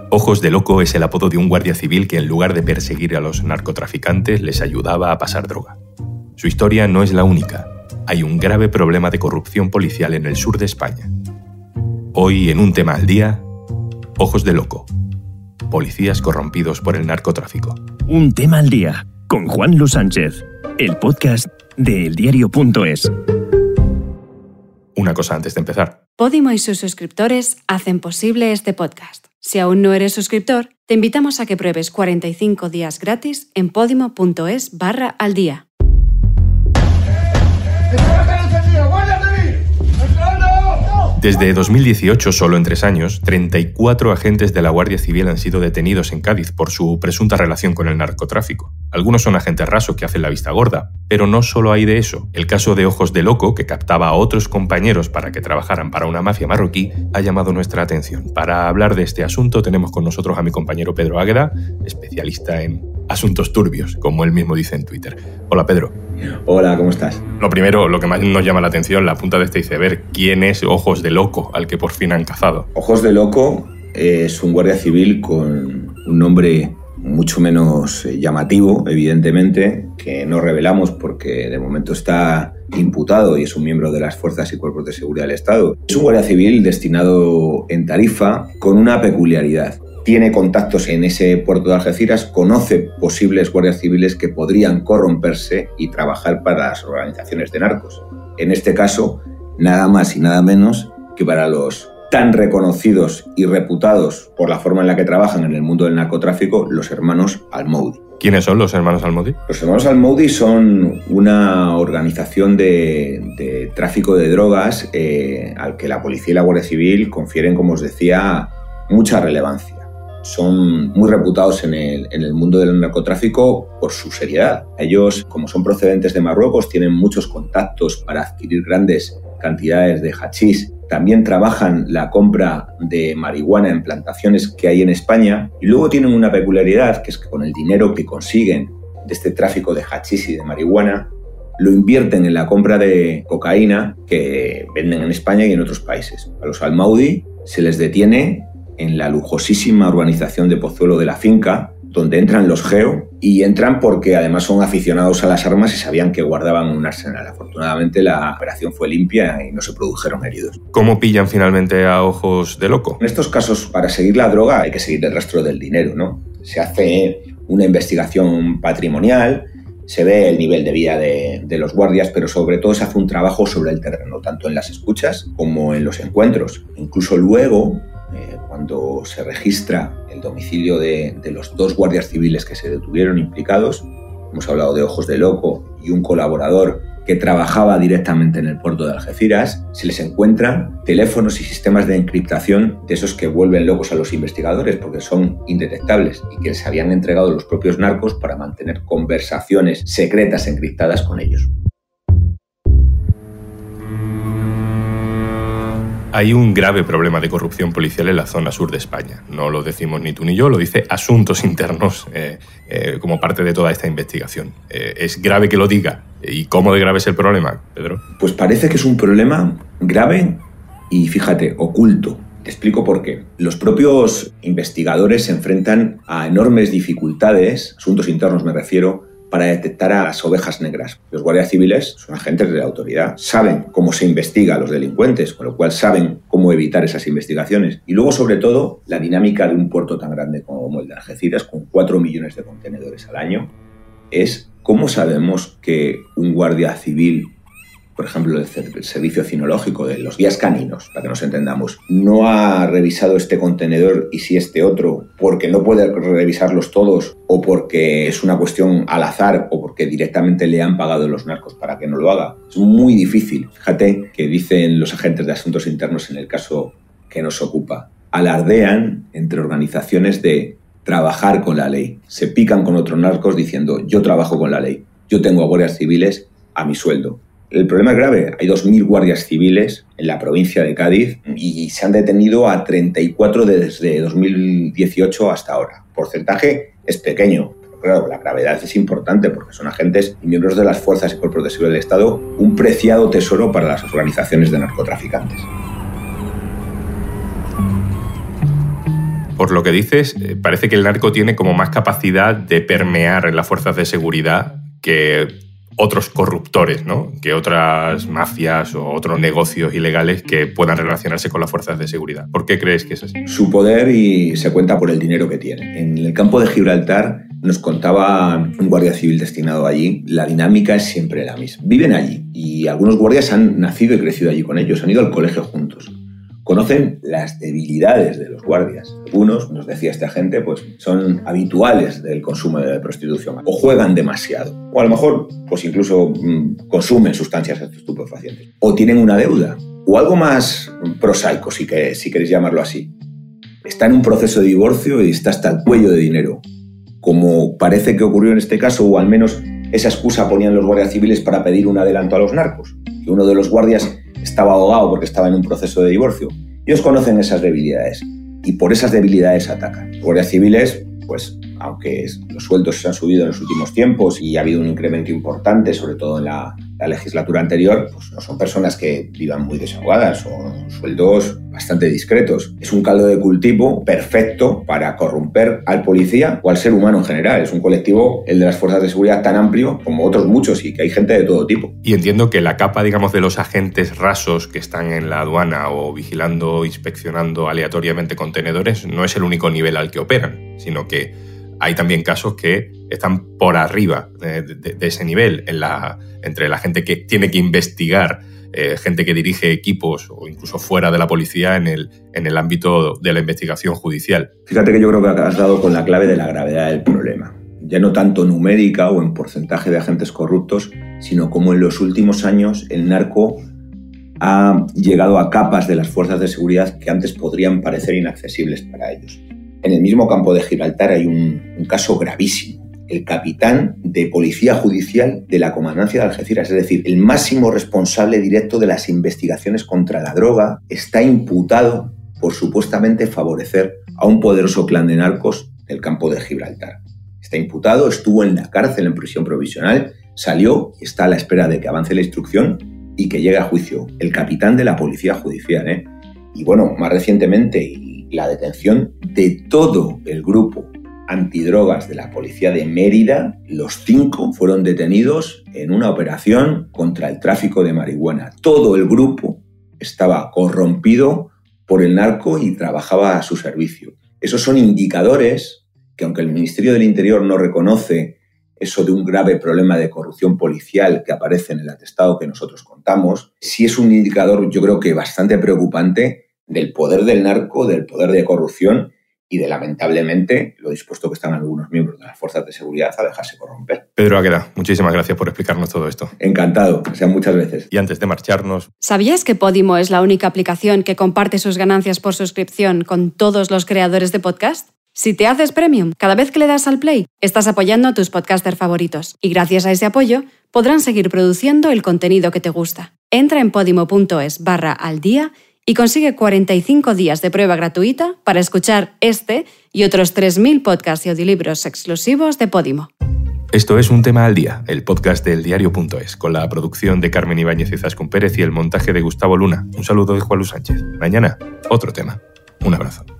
Ojos de Loco es el apodo de un guardia civil que en lugar de perseguir a los narcotraficantes les ayudaba a pasar droga. Su historia no es la única. Hay un grave problema de corrupción policial en el sur de España. Hoy, en un tema al día, Ojos de Loco. Policías corrompidos por el narcotráfico. Un tema al día, con Juan Luis Sánchez, el podcast de eldiario.es. Una cosa antes de empezar. Podimo y sus suscriptores hacen posible este podcast. Si aún no eres suscriptor, te invitamos a que pruebes 45 días gratis en podimo.es/aldía. Desde 2018, solo en 3 años, 34 agentes de la Guardia Civil han sido detenidos en Cádiz por su presunta relación con el narcotráfico. Algunos son agentes rasos que hacen la vista gorda, pero no solo hay de eso. El caso de Ojos de Loco, que captaba a otros compañeros para que trabajaran para una mafia marroquí, ha llamado nuestra atención. Para hablar de este asunto tenemos con nosotros a mi compañero Pedro Águeda, especialista en asuntos turbios, como él mismo dice en Twitter. Hola, Pedro. Hola, ¿cómo estás? Lo primero, lo que más nos llama la atención, la punta de este iceberg, ¿quién es Ojos de Loco, al que por fin han cazado? Ojos de Loco es un guardia civil con un nombre mucho menos llamativo, evidentemente, que no revelamos porque de momento está imputado y es un miembro de las fuerzas y cuerpos de seguridad del Estado. Es un guardia civil destinado en Tarifa con una peculiaridad. Tiene contactos en ese puerto de Algeciras, conoce posibles guardias civiles que podrían corromperse y trabajar para las organizaciones de narcos. En este caso, nada más y nada menos que para los tan reconocidos y reputados por la forma en la que trabajan en el mundo del narcotráfico, los hermanos Al-Moudi. ¿Quiénes son los hermanos Al-Moudi? Los hermanos Al-Moudi son una organización de tráfico de drogas al que la policía y la Guardia Civil confieren, como os decía, mucha relevancia. Son muy reputados en el mundo del narcotráfico por su seriedad. Ellos, como son procedentes de Marruecos, tienen muchos contactos para adquirir grandes cantidades de hachís. También trabajan la compra de marihuana en plantaciones que hay en España. Y luego tienen una peculiaridad, que es que con el dinero que consiguen de este tráfico de hachís y de marihuana, lo invierten en la compra de cocaína que venden en España y en otros países. A los Al-Moudi se les detiene en la lujosísima urbanización de Pozuelo de la Finca, donde entran los GEO, y entran porque además son aficionados a las armas y sabían que guardaban un arsenal. Afortunadamente la operación fue limpia y no se produjeron heridos. ¿Cómo pillan finalmente a Ojos de Loco? En estos casos, para seguir la droga hay que seguir el rastro del dinero, ¿no? Se hace una investigación patrimonial, se ve el nivel de vida de los guardias, pero sobre todo se hace un trabajo sobre el terreno, tanto en las escuchas como en los encuentros. Incluso luego, cuando se registra el domicilio de los 2 guardias civiles que se detuvieron implicados, hemos hablado de Ojos de Loco y un colaborador que trabajaba directamente en el puerto de Algeciras, se les encuentran teléfonos y sistemas de encriptación de esos que vuelven locos a los investigadores porque son indetectables y que les habían entregado los propios narcos para mantener conversaciones secretas encriptadas con ellos. Hay un grave problema de corrupción policial en la zona sur de España. No lo decimos ni tú ni yo, lo dice Asuntos Internos como parte de toda esta investigación. ¿Es grave que lo diga? ¿Y cómo de grave es el problema, Pedro? Pues parece que es un problema grave y, fíjate, oculto. Te explico por qué. Los propios investigadores se enfrentan a enormes dificultades, Asuntos Internos me refiero, para detectar a las ovejas negras. Los guardias civiles son agentes de la autoridad, saben cómo se investiga a los delincuentes, con lo cual saben cómo evitar esas investigaciones. Y luego, sobre todo, la dinámica de un puerto tan grande como el de Algeciras, con 4 millones de contenedores al año, es cómo sabemos que un guardia civil, por ejemplo, el servicio cinológico de los guías caninos, para que nos entendamos, no ha revisado este contenedor y sí este otro porque no puede revisarlos todos o porque es una cuestión al azar o porque directamente le han pagado los narcos para que no lo haga. Es muy difícil. Fíjate que dicen los agentes de Asuntos Internos en el caso que nos ocupa. Alardean entre organizaciones de trabajar con la ley. Se pican con otros narcos diciendo yo trabajo con la ley, yo tengo a guardias civiles a mi sueldo. El problema es grave. Hay 2.000 guardias civiles en la provincia de Cádiz y se han detenido a 34 desde 2018 hasta ahora. El porcentaje es pequeño, pero claro, la gravedad es importante porque son agentes y miembros de las fuerzas y cuerpos de seguridad del Estado, un preciado tesoro para las organizaciones de narcotraficantes. por lo que dices, parece que el narco tiene como más capacidad de permear en las fuerzas de seguridad que otros corruptores, ¿no? Que otras mafias o otros negocios ilegales que puedan relacionarse con las fuerzas de seguridad. ¿Por qué crees que es así? Su poder y se cuenta por el dinero que tiene. En el campo de Gibraltar nos contaba un guardia civil destinado allí, la dinámica es siempre la misma. Viven allí y algunos guardias han nacido y crecido allí con ellos, han ido al colegio juntos. Conocen las debilidades de los guardias. Algunos, nos decía este agente, pues son habituales del consumo de prostitución o juegan demasiado. O a lo mejor, pues incluso consumen sustancias estupefacientes. O tienen una deuda. O algo más prosaico, si queréis llamarlo así. Está en un proceso de divorcio y está hasta el cuello de dinero. Como parece que ocurrió en este caso, o al menos esa excusa ponían los guardias civiles para pedir un adelanto a los narcos. Que uno de los guardias estaba ahogado porque estaba en un proceso de divorcio. Ellos conocen esas debilidades y por esas debilidades atacan. Los guardias civiles, pues aunque los sueldos se han subido en los últimos tiempos y ha habido un incremento importante, sobre todo en la legislatura anterior, pues no son personas que vivan muy desahogadas, son sueldos bastante discretos. Es un caldo de cultivo perfecto para corromper al policía o al ser humano en general. Es un colectivo, el de las fuerzas de seguridad, tan amplio como otros muchos y que hay gente de todo tipo. Y entiendo que la capa, digamos, de los agentes rasos que están en la aduana o vigilando, inspeccionando aleatoriamente contenedores no es el único nivel al que operan, sino que hay también casos que están por arriba de ese nivel, entre la gente que tiene que investigar, gente que dirige equipos o incluso fuera de la policía en el ámbito de la investigación judicial. Fíjate que yo creo que has dado con la clave de la gravedad del problema. Ya no tanto numérica o en porcentaje de agentes corruptos, sino como en los últimos años el narco ha llegado a capas de las fuerzas de seguridad que antes podrían parecer inaccesibles para ellos. En el mismo campo de Gibraltar hay un caso gravísimo. El capitán de policía judicial de la comandancia de Algeciras, es decir, el máximo responsable directo de las investigaciones contra la droga, está imputado por supuestamente favorecer a un poderoso clan de narcos del campo de Gibraltar. Está imputado, estuvo en la cárcel en prisión provisional, salió y está a la espera de que avance la instrucción y que llegue a juicio. El capitán de la policía judicial, Y bueno, más recientemente, la detención de todo el grupo antidrogas de la policía de Mérida. Los 5 fueron detenidos en una operación contra el tráfico de marihuana. Todo el grupo estaba corrompido por el narco y trabajaba a su servicio. Esos son indicadores que, aunque el Ministerio del Interior no reconoce eso de un grave problema de corrupción policial que aparece en el atestado que nosotros contamos, sí es un indicador, yo creo que bastante preocupante, del poder del narco, del poder de corrupción y de, lamentablemente, lo dispuesto que están algunos miembros de las fuerzas de seguridad a dejarse corromper. Pedro Águeda, muchísimas gracias por explicarnos todo esto. Encantado, o sea, muchas veces. Y antes de marcharnos... ¿Sabías que Podimo es la única aplicación que comparte sus ganancias por suscripción con todos los creadores de podcast? Si te haces premium, cada vez que le das al play, estás apoyando a tus podcasters favoritos. Y gracias a ese apoyo, podrán seguir produciendo el contenido que te gusta. Entra en podimo.es/aldía y consigue 45 días de prueba gratuita para escuchar este y otros 3.000 podcasts y audiolibros exclusivos de Podimo. Esto es Un Tema al Día, el podcast del diario.es, con la producción de Carmen Ibáñez y Zaskun Pérez y el montaje de Gustavo Luna. Un saludo de Juan Luis Sánchez. Mañana, otro tema. Un abrazo.